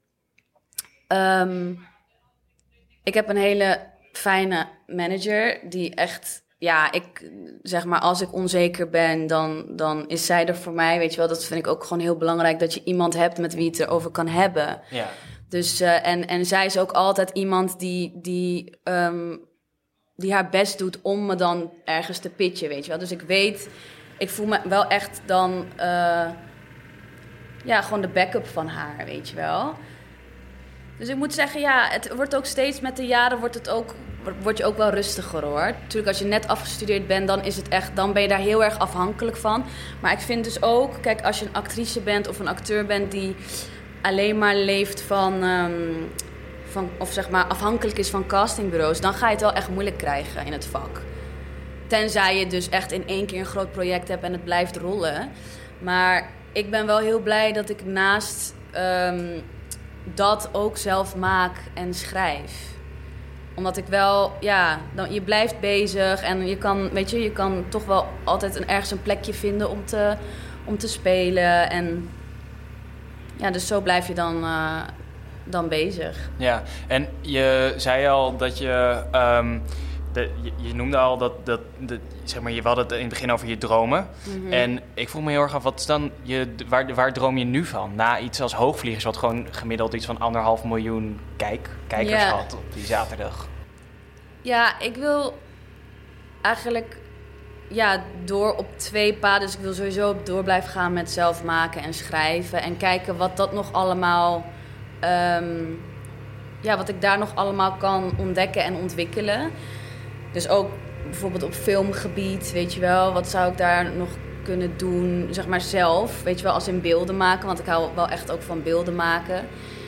Speaker 3: um, ik heb een hele fijne manager die echt, ja, ik zeg maar, als ik onzeker ben, dan, dan is zij er voor mij, weet je wel. Dat vind ik ook gewoon heel belangrijk, dat je iemand hebt met wie je het erover kan hebben.
Speaker 1: Ja.
Speaker 3: Dus, uh, en, en zij is ook altijd iemand die, die, um, die haar best doet om me dan ergens te pitchen, weet je wel. Dus ik weet, ik voel me wel echt dan, uh, ja, gewoon de backup van haar, weet je wel. Dus ik moet zeggen, ja, het wordt ook steeds met de jaren wordt het ook, word je ook wel rustiger, hoor. Natuurlijk, als je net afgestudeerd bent, dan is het echt, dan ben je daar heel erg afhankelijk van. Maar ik vind dus ook, kijk, als je een actrice bent of een acteur bent die alleen maar leeft van, um, van of zeg maar afhankelijk is van castingbureaus, dan ga je het wel echt moeilijk krijgen in het vak. Tenzij je dus echt in één keer een groot project hebt en het blijft rollen. Maar ik ben wel heel blij dat ik naast um, dat ook zelf maak en schrijf. Omdat ik wel, ja, dan, je blijft bezig en je kan, weet je, je kan toch wel altijd een, ergens een plekje vinden om te, om te spelen. En ja, dus zo blijf je dan, uh, dan bezig.
Speaker 1: Ja, en je zei al dat je, um, de, je, je noemde al dat, dat de, zeg maar, je had het in het begin over je dromen. Mm-hmm. En ik vroeg me heel erg af, wat is dan je, waar, waar droom je nu van? Na iets als Hoogvliegers, wat gewoon gemiddeld iets van anderhalf miljoen kijk, kijkers yeah. had op die zaterdag.
Speaker 3: Ja, ik wil eigenlijk ja, door op twee paden. Dus ik wil sowieso door blijven gaan met zelf maken en schrijven. En kijken wat dat nog allemaal, um, ja, wat ik daar nog allemaal kan ontdekken en ontwikkelen. Dus ook bijvoorbeeld op filmgebied, weet je wel. Wat zou ik daar nog kunnen doen, zeg maar zelf. Weet je wel, als in beelden maken. Want ik hou wel echt ook van beelden maken.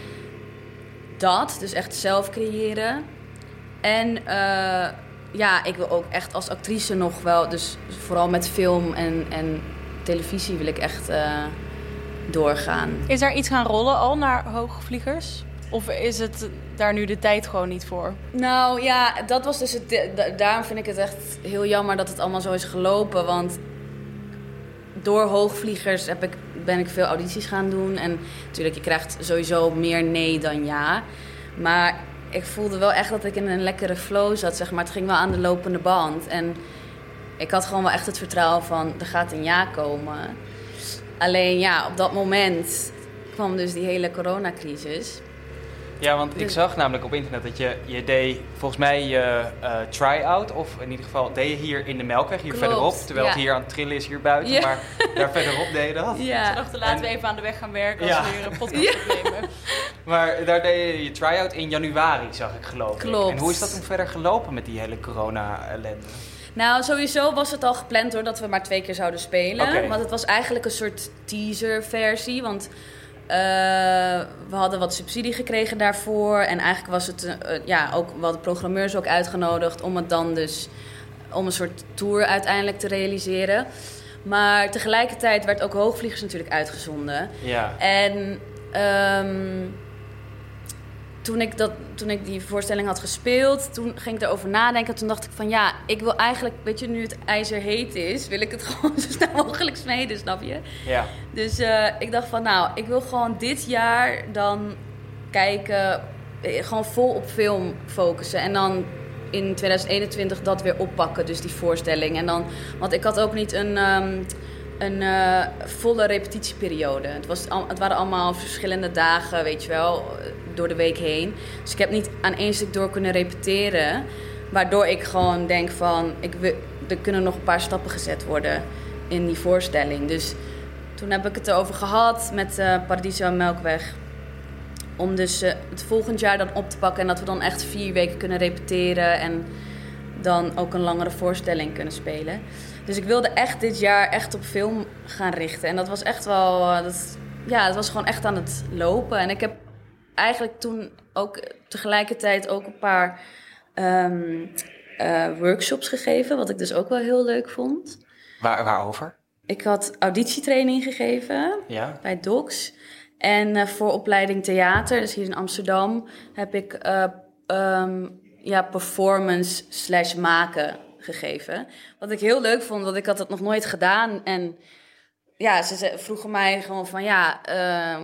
Speaker 3: Dat, dus echt zelf creëren. En uh, ja, ik wil ook echt als actrice nog wel, dus vooral met film en, en televisie wil ik echt uh, doorgaan.
Speaker 2: Is er iets gaan rollen al naar Hoogvliegers? Of is het daar nu de tijd gewoon niet voor?
Speaker 3: Nou ja, dat was dus het, daarom vind ik het echt heel jammer dat het allemaal zo is gelopen. Want door Hoogvliegers heb ik, ben ik veel audities gaan doen. En natuurlijk, je krijgt sowieso meer nee dan ja. Maar ik voelde wel echt dat ik in een lekkere flow zat, zeg maar. Het ging wel aan de lopende band. En ik had gewoon wel echt het vertrouwen van, er gaat een ja komen. Alleen ja, op dat moment kwam dus die hele coronacrisis.
Speaker 1: Ja, want
Speaker 3: dus
Speaker 1: ik zag namelijk op internet dat je, je deed volgens mij je uh, try-out, of in ieder geval deed je hier in de Melkweg, hier
Speaker 3: Klopt,
Speaker 1: verderop. Terwijl
Speaker 3: ja.
Speaker 1: het hier aan het trillen is hier buiten, ja. Maar daar verderop deed je dat.
Speaker 3: Ja.
Speaker 2: Ze dachten, laten we even aan de weg gaan werken als
Speaker 1: ja.
Speaker 2: we weer een podcast ja. opnemen.
Speaker 1: Maar daar deed je je try-out in januari, zag ik, geloof ik.
Speaker 3: Klopt.
Speaker 1: En hoe is dat toen verder gelopen met die hele corona-ellende?
Speaker 3: Nou, sowieso was het al gepland hoor, dat we maar twee keer zouden spelen.
Speaker 1: Okay.
Speaker 3: Want het was eigenlijk een soort teaser-versie, want Uh, we hadden wat subsidie gekregen daarvoor. En eigenlijk was het, uh, ja, ook wat de programmeurs ook uitgenodigd om het dan dus, om een soort tour uiteindelijk te realiseren. Maar tegelijkertijd werd ook Hoogvliegers natuurlijk uitgezonden.
Speaker 1: Ja.
Speaker 3: En um, toen ik, dat, toen ik die voorstelling had gespeeld, toen ging ik erover nadenken. Toen dacht ik van ja, ik wil eigenlijk, weet je, nu het ijzer heet is, wil ik het gewoon zo snel mogelijk smeden, snap je?
Speaker 1: Ja.
Speaker 3: Dus uh, ik dacht van nou, ik wil gewoon dit jaar dan kijken, gewoon vol op film focussen. En dan in twintig eenentwintig dat weer oppakken, dus die voorstelling. En dan, want ik had ook niet een, um, een uh, volle repetitieperiode. Het, was, het waren allemaal verschillende dagen, weet je wel, door de week heen. Dus ik heb niet aan één stuk door kunnen repeteren. Waardoor ik gewoon denk van, ik wil, er kunnen nog een paar stappen gezet worden in die voorstelling. Dus toen heb ik het erover gehad met uh, Paradiso en Melkweg. om dus uh, het volgend jaar dan op te pakken. En dat we dan echt vier weken kunnen repeteren. En dan ook een langere voorstelling kunnen spelen. Dus ik wilde echt dit jaar echt op film gaan richten. En dat was echt wel... Uh, dat, ja, het was gewoon echt aan het lopen. En ik heb eigenlijk toen ook tegelijkertijd ook een paar um, uh, workshops gegeven. Wat ik dus ook wel heel leuk vond.
Speaker 1: Waar, waarover?
Speaker 3: Ik had auditietraining gegeven
Speaker 1: ja.
Speaker 3: bij Docs. En uh, voor opleiding theater, dus hier in Amsterdam, heb ik uh, um, ja, performance slash maken gegeven. Wat ik heel leuk vond, want ik had het nog nooit gedaan. En ja, ze, ze vroegen mij gewoon van ja, uh,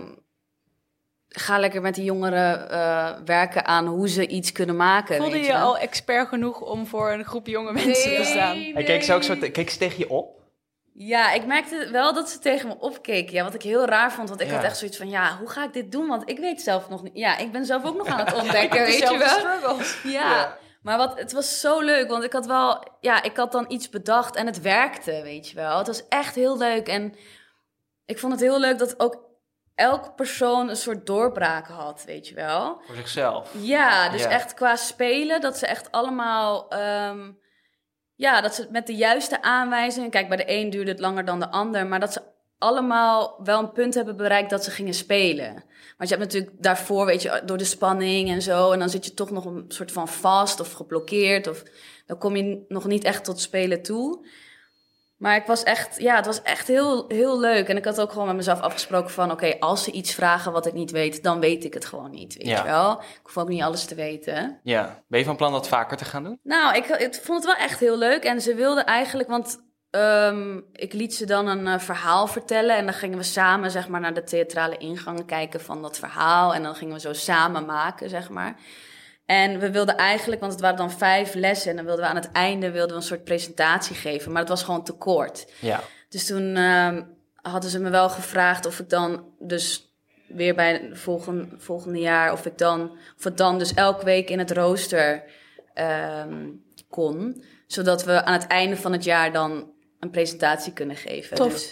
Speaker 3: ga lekker met die jongeren uh, werken aan hoe ze iets kunnen maken.
Speaker 2: Voelde
Speaker 3: weet
Speaker 2: je
Speaker 3: je
Speaker 2: al expert genoeg om voor een groep jonge mensen
Speaker 3: nee,
Speaker 2: te staan?
Speaker 3: Nee.
Speaker 1: Hij keek ze ook zo te- keek ze tegen je op?
Speaker 3: Ja, ik merkte wel dat ze tegen me opkeken. Ja, wat ik heel raar vond, want ik
Speaker 1: ja.
Speaker 3: had echt zoiets van... ja, hoe ga ik dit doen? Want ik weet zelf nog niet... Ja, ik ben zelf ook nog aan het ontdekken, weet je wel.
Speaker 2: Struggles.
Speaker 3: Ja,
Speaker 1: ja,
Speaker 3: maar wat, het was zo leuk, want ik had wel... Ja, ik had dan iets bedacht en het werkte, weet je wel. Het was echt heel leuk en ik vond het heel leuk dat ook elke persoon een soort doorbraak had, weet je wel.
Speaker 1: Voor zichzelf.
Speaker 3: Ja, dus
Speaker 1: ja.
Speaker 3: echt qua spelen, dat ze echt allemaal... Um, Ja, dat ze met de juiste aanwijzingen... Kijk, bij de een duurde het langer dan de ander... maar dat ze allemaal wel een punt hebben bereikt dat ze gingen spelen. Want je hebt natuurlijk daarvoor, weet je, door de spanning en zo... en dan zit je toch nog een soort van vast of geblokkeerd... of dan kom je nog niet echt tot spelen toe... Maar ik was echt, ja, het was echt heel, heel leuk. En ik had ook gewoon met mezelf afgesproken van... oké, okay, als ze iets vragen wat ik niet weet, dan weet ik het gewoon niet, weet
Speaker 1: ja.
Speaker 3: je wel. Ik hoef ook niet alles te weten.
Speaker 1: Ja. Ben je van plan dat vaker te gaan doen?
Speaker 3: Nou, ik, ik vond het wel echt heel leuk. En ze wilden eigenlijk, want um, ik liet ze dan een uh, verhaal vertellen... en dan gingen we samen, zeg maar, naar de theatrale ingangen kijken van dat verhaal... en dan gingen we zo samen maken, zeg maar... En we wilden eigenlijk, want het waren dan vijf lessen... en dan wilden we aan het einde wilden we een soort presentatie geven... maar het was gewoon te kort.
Speaker 1: Ja.
Speaker 3: Dus toen uh, hadden ze me wel gevraagd of ik dan dus weer bij het volgende, volgende jaar... of ik dan, of het dan dus elke week in het rooster um, kon... zodat we aan het einde van het jaar dan een presentatie kunnen geven.
Speaker 2: Tof.
Speaker 3: Dus,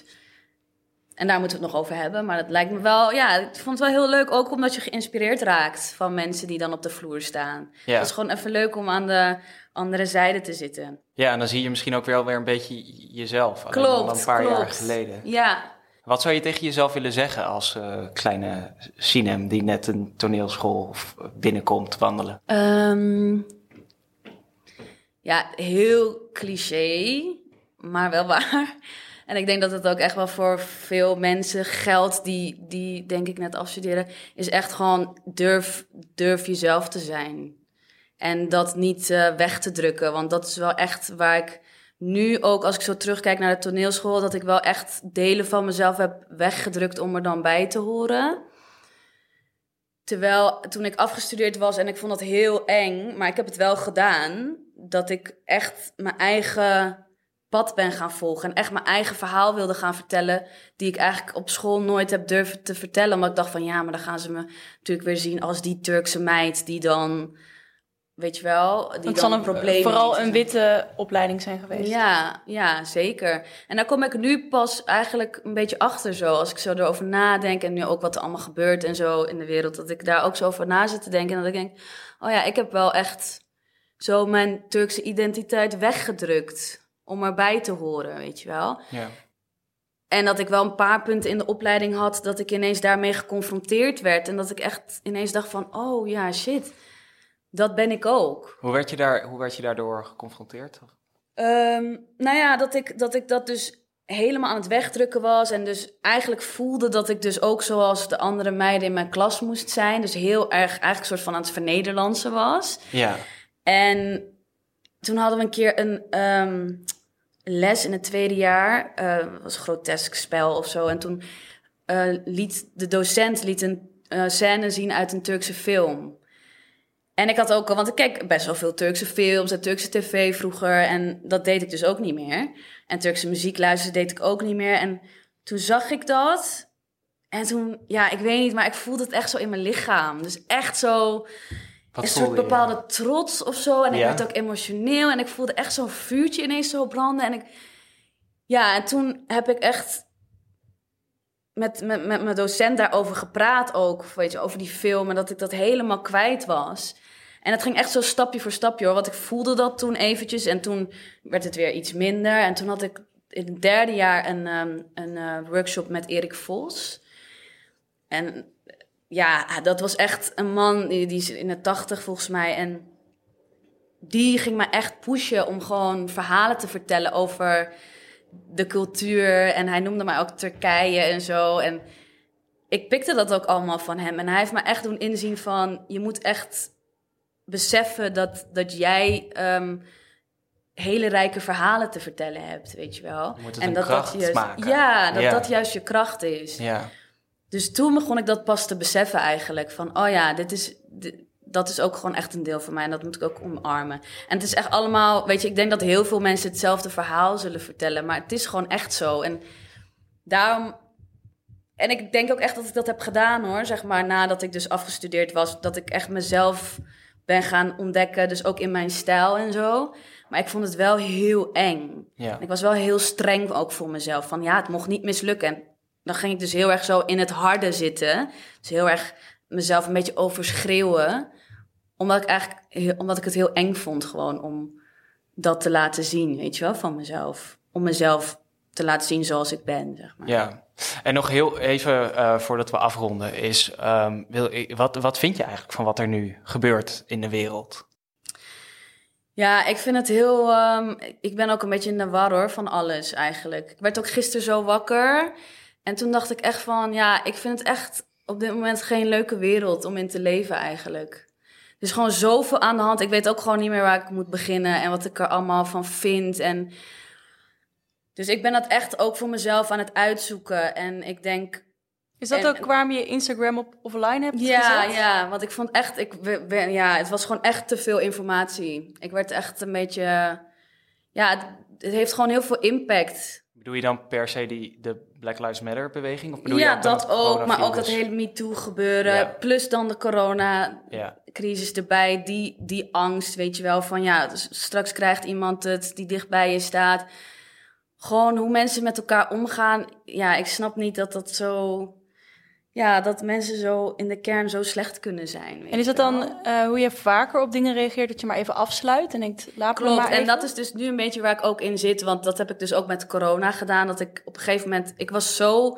Speaker 3: en daar moeten we het nog over hebben. Maar dat lijkt me wel... Ja, ik vond het wel heel leuk. Ook omdat je geïnspireerd raakt van mensen die dan op de vloer staan.
Speaker 1: Ja.
Speaker 3: Het is gewoon even leuk om aan de andere zijde te zitten.
Speaker 1: Ja, en dan zie je misschien ook wel weer een beetje jezelf.
Speaker 3: Klopt,
Speaker 1: al een paar
Speaker 3: klopt.
Speaker 1: jaar geleden.
Speaker 3: Ja.
Speaker 1: Wat zou je tegen jezelf willen zeggen als uh, kleine Sinem... die net een toneelschool binnenkomt wandelen?
Speaker 3: Um, ja, heel cliché, maar wel waar... En ik denk dat het ook echt wel voor veel mensen geldt die, die denk ik net afstuderen... is echt gewoon durf, durf jezelf te zijn. En dat niet uh, weg te drukken. Want dat is wel echt waar ik nu ook, als ik zo terugkijk naar de toneelschool... dat ik wel echt delen van mezelf heb weggedrukt om er dan bij te horen. Terwijl toen ik afgestudeerd was en ik vond dat heel eng... maar ik heb het wel gedaan, dat ik echt mijn eigen... pad ben gaan volgen en echt mijn eigen verhaal wilde gaan vertellen... die ik eigenlijk op school nooit heb durven te vertellen. Maar ik dacht van ja, maar dan gaan ze me natuurlijk weer zien... als die Turkse meid die dan, weet je wel... die
Speaker 2: het
Speaker 3: dan
Speaker 2: zal een
Speaker 3: probleem
Speaker 2: vooral
Speaker 3: heeft.
Speaker 2: een witte opleiding zijn geweest.
Speaker 3: Ja, ja, zeker. En daar kom ik nu pas eigenlijk een beetje achter zo... als ik zo erover nadenk en nu ook wat er allemaal gebeurt en zo in de wereld... dat ik daar ook zo over na zit te denken en dat ik denk... oh ja, ik heb wel echt zo mijn Turkse identiteit weggedrukt... om erbij te horen, weet je wel.
Speaker 1: Ja.
Speaker 3: En dat ik wel een paar punten in de opleiding had... dat ik ineens daarmee geconfronteerd werd. En dat ik echt ineens dacht van... oh ja, shit, dat ben ik ook.
Speaker 1: Hoe werd je, daar, hoe werd je daardoor geconfronteerd?
Speaker 3: Um, nou ja, dat ik, dat ik dat dus helemaal aan het wegdrukken was... en dus eigenlijk voelde dat ik dus ook zoals de andere meiden in mijn klas moest zijn. Dus heel erg eigenlijk een soort van aan het vernederlandsen was.
Speaker 1: Ja.
Speaker 3: En toen hadden we een keer een... Um, les in het tweede jaar, uh, was een grotesk spel of zo. En toen uh, liet de docent liet een uh, scène zien uit een Turkse film. En ik had ook al, want ik kijk best wel veel Turkse films en Turkse tv vroeger. En dat deed ik dus ook niet meer. En Turkse muziek luisteren deed ik ook niet meer. En toen zag ik dat. En toen, ja, ik weet niet, maar ik voelde het echt zo in mijn lichaam. Dus echt zo...
Speaker 1: Wat
Speaker 3: een soort bepaalde je? trots of zo. En ik
Speaker 1: ja.
Speaker 3: werd ook emotioneel. En ik voelde echt zo'n vuurtje ineens zo branden. En ik... Ja, en toen heb ik echt... met, met, met mijn docent daarover gepraat ook, weet je, over die film. En dat ik dat helemaal kwijt was. En het ging echt zo stapje voor stapje, hoor. Want ik voelde dat toen eventjes. En toen werd het weer iets minder. En toen had ik in het derde jaar een, um, een uh, workshop met Erik Vos. En ja, dat was echt een man, die, die is in de tachtig volgens mij. En die ging me echt pushen om gewoon verhalen te vertellen over de cultuur. En hij noemde mij ook Turkije en zo. En ik pikte dat ook allemaal van hem. En hij heeft me echt doen inzien van, je moet echt beseffen dat, dat jij um, hele rijke verhalen te vertellen hebt, weet je wel.
Speaker 1: Je moet het
Speaker 3: en
Speaker 1: een
Speaker 3: dat
Speaker 1: kracht
Speaker 3: dat juist,
Speaker 1: maken.
Speaker 3: Ja, dat
Speaker 1: ja.
Speaker 3: dat juist je kracht is.
Speaker 1: Ja.
Speaker 3: Dus toen begon ik dat pas te beseffen eigenlijk. Van, oh ja, dit is, dit, dat is ook gewoon echt een deel van mij. En dat moet ik ook omarmen. En het is echt allemaal, weet je, ik denk dat heel veel mensen hetzelfde verhaal zullen vertellen. Maar het is gewoon echt zo. En daarom... En ik denk ook echt dat ik dat heb gedaan, hoor. Zeg maar, nadat ik dus afgestudeerd was. Dat ik echt mezelf ben gaan ontdekken. Dus ook in mijn stijl en zo. Maar ik vond het wel heel eng.
Speaker 1: Ja.
Speaker 3: Ik was wel heel streng ook voor mezelf. Van ja, het mocht niet mislukken. En dan ging ik dus heel erg zo in het harde zitten. Dus heel erg mezelf een beetje overschreeuwen. Omdat ik eigenlijk heel, omdat ik het heel eng vond gewoon om dat te laten zien, weet je wel, van mezelf. Om mezelf te laten zien zoals ik ben, zeg maar.
Speaker 1: Ja, en nog heel even uh, voordat we afronden is, um, wil, wat, wat vind je eigenlijk van wat er nu gebeurt in de wereld?
Speaker 3: Ja, ik vind het heel... Um, ik ben ook een beetje in de war, hoor, van alles eigenlijk. Ik werd ook gisteren zo wakker. En toen dacht ik echt van, ja, ik vind het echt op dit moment geen leuke wereld om in te leven eigenlijk. Er is gewoon zoveel aan de hand. Ik weet ook gewoon niet meer waar ik moet beginnen en wat ik er allemaal van vind. En dus ik ben dat echt ook voor mezelf aan het uitzoeken. En ik denk...
Speaker 2: Is dat
Speaker 3: en,
Speaker 2: ook waarom je Instagram op offline hebt
Speaker 3: ja,
Speaker 2: gezet?
Speaker 3: Ja, want ik vond echt... Ik, ben, ja, het was gewoon echt te veel informatie. Ik werd echt een beetje... Ja, het, het heeft gewoon heel veel impact.
Speaker 1: Bedoel je dan per se die, de Black Lives Matter beweging? Of bedoel
Speaker 3: ja,
Speaker 1: je ook
Speaker 3: dat
Speaker 1: het
Speaker 3: ook. Maar ook dat
Speaker 1: coronavirus?
Speaker 3: hele MeToo gebeuren.
Speaker 1: Ja.
Speaker 3: Plus dan de corona-crisis
Speaker 1: Ja.
Speaker 3: erbij. Die, die angst, weet je wel. Van ja, dus straks krijgt iemand het die dichtbij je staat. Gewoon hoe mensen met elkaar omgaan. Ja, ik snap niet dat dat zo... Ja, dat mensen zo in de kern zo slecht kunnen zijn. Weet
Speaker 2: En is dat
Speaker 3: je wel.
Speaker 2: dan uh, hoe je vaker op dingen reageert, dat je maar even afsluit en denkt, laat me
Speaker 3: Klopt,
Speaker 2: maar even?
Speaker 3: en dat is dus nu een beetje waar ik ook in zit. Want dat heb ik dus ook met corona gedaan. Dat ik op een gegeven moment... Ik was zo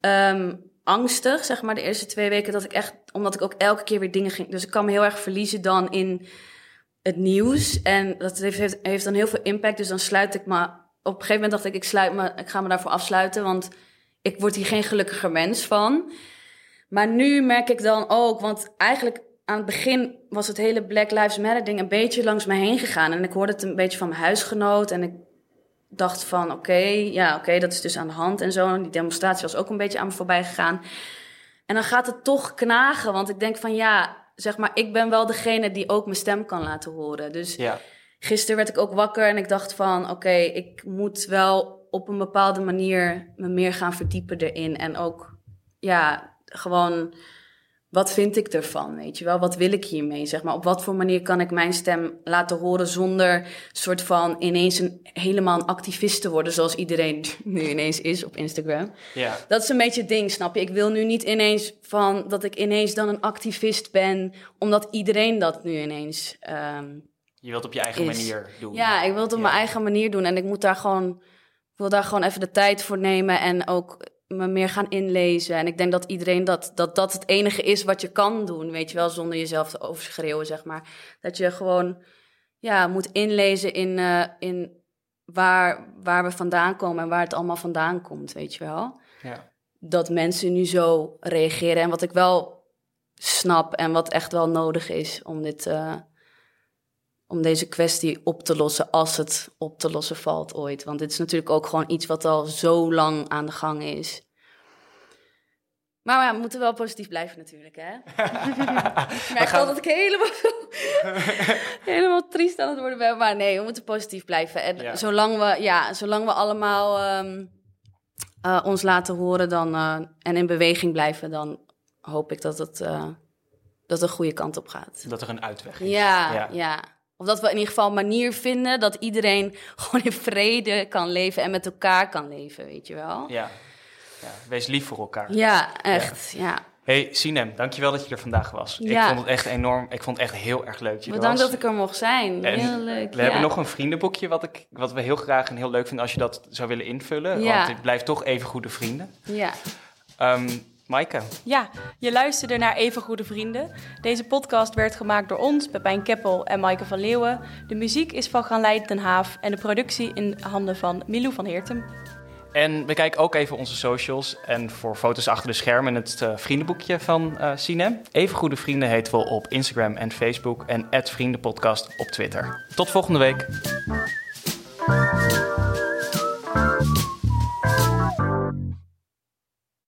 Speaker 3: um, angstig, zeg maar, de eerste twee weken... dat ik echt... Omdat ik ook elke keer weer dingen ging... Dus ik kan me heel erg verliezen dan in het nieuws. En dat heeft, heeft, heeft dan heel veel impact. Dus dan sluit ik me... Op een gegeven moment dacht ik, ik, sluit me, ik ga me daarvoor afsluiten. Want ik word hier geen gelukkiger mens van... Maar nu merk ik dan ook, want eigenlijk aan het begin was het hele Black Lives Matter ding een beetje langs me heen gegaan. En ik hoorde het een beetje van mijn huisgenoot en ik dacht van oké, okay, ja oké, okay, dat is dus aan de hand en zo. En die demonstratie was ook een beetje aan me voorbij gegaan. En dan gaat het toch knagen, want ik denk van ja, zeg maar, ik ben wel degene die ook mijn stem kan laten horen. Dus
Speaker 1: Ja.
Speaker 3: Gisteren werd ik ook wakker en ik dacht van oké, okay, ik moet wel op een bepaalde manier me meer gaan verdiepen erin. En ook, ja... Gewoon, wat vind ik ervan, weet je wel? Wat wil ik hiermee, zeg maar? Op wat voor manier kan ik mijn stem laten horen... zonder soort van ineens een, helemaal een activist te worden... zoals iedereen nu ineens is op Instagram.
Speaker 1: Ja.
Speaker 3: Dat is een beetje het ding, snap je? Ik wil nu niet ineens van dat ik ineens dan een activist ben... omdat iedereen dat nu ineens um,
Speaker 1: Je wilt op je eigen
Speaker 3: is.
Speaker 1: manier doen.
Speaker 3: Ja, ik wil het op
Speaker 1: Ja.
Speaker 3: mijn eigen manier doen. En ik moet daar gewoon, ik wil daar gewoon even de tijd voor nemen... en ook... me meer gaan inlezen. En ik denk dat iedereen dat, dat dat het enige is wat je kan doen, weet je wel, zonder jezelf te overschreeuwen, zeg maar. Dat je gewoon, ja, moet inlezen in, uh, in waar, waar we vandaan komen en waar het allemaal vandaan komt, weet je wel.
Speaker 1: Ja.
Speaker 3: Dat mensen nu zo reageren en wat ik wel snap en wat echt wel nodig is om dit, uh, om deze kwestie op te lossen, als het op te lossen valt ooit. Want dit is natuurlijk ook gewoon iets wat al zo lang aan de gang is. Maar ja, we moeten wel positief blijven natuurlijk, hè? Ik merk
Speaker 1: gaan...
Speaker 3: al dat ik helemaal, helemaal triest aan het worden ben. Maar nee, we moeten positief blijven. En
Speaker 1: Ja.
Speaker 3: zolang, we, ja, zolang we allemaal um, uh, ons laten horen dan, uh, en in beweging blijven... dan hoop ik dat het, uh, dat het een goede kant op gaat.
Speaker 1: Dat er een uitweg is.
Speaker 3: Ja,
Speaker 1: ja.
Speaker 3: ja. Of dat we in ieder geval een manier vinden... dat iedereen gewoon in vrede kan leven en met elkaar kan leven, weet je wel.
Speaker 1: Ja. Ja, wees lief voor elkaar.
Speaker 3: Ja, echt, ja. ja.
Speaker 1: Hey Sinem, dankjewel dat je er vandaag was.
Speaker 3: Ja.
Speaker 1: Ik vond het echt enorm, ik vond het echt heel erg leuk dat je er
Speaker 3: Bedankt
Speaker 1: was.
Speaker 3: dat ik er mocht zijn.
Speaker 1: En
Speaker 3: heel leuk.
Speaker 1: We
Speaker 3: ja.
Speaker 1: hebben nog een vriendenboekje wat, ik, wat we heel graag en heel leuk vinden als je dat zou willen invullen.
Speaker 3: Ja.
Speaker 1: Want het blijft toch even goede vrienden.
Speaker 3: Ja.
Speaker 1: Um, Maaike.
Speaker 2: Ja, je luisterde naar Even Goede Vrienden. Deze podcast werd gemaakt door ons, Pepijn Keppel en Maaike van Leeuwen. De muziek is van Ganleid Den Haaf en de productie in handen van Milou van Heertem.
Speaker 1: En we kijken ook even onze socials en voor foto's achter de schermen het uh, vriendenboekje van uh, Sinem. Even Goede Vrienden heten we op Instagram en Facebook en at Vriendenpodcast op Twitter. Tot volgende week.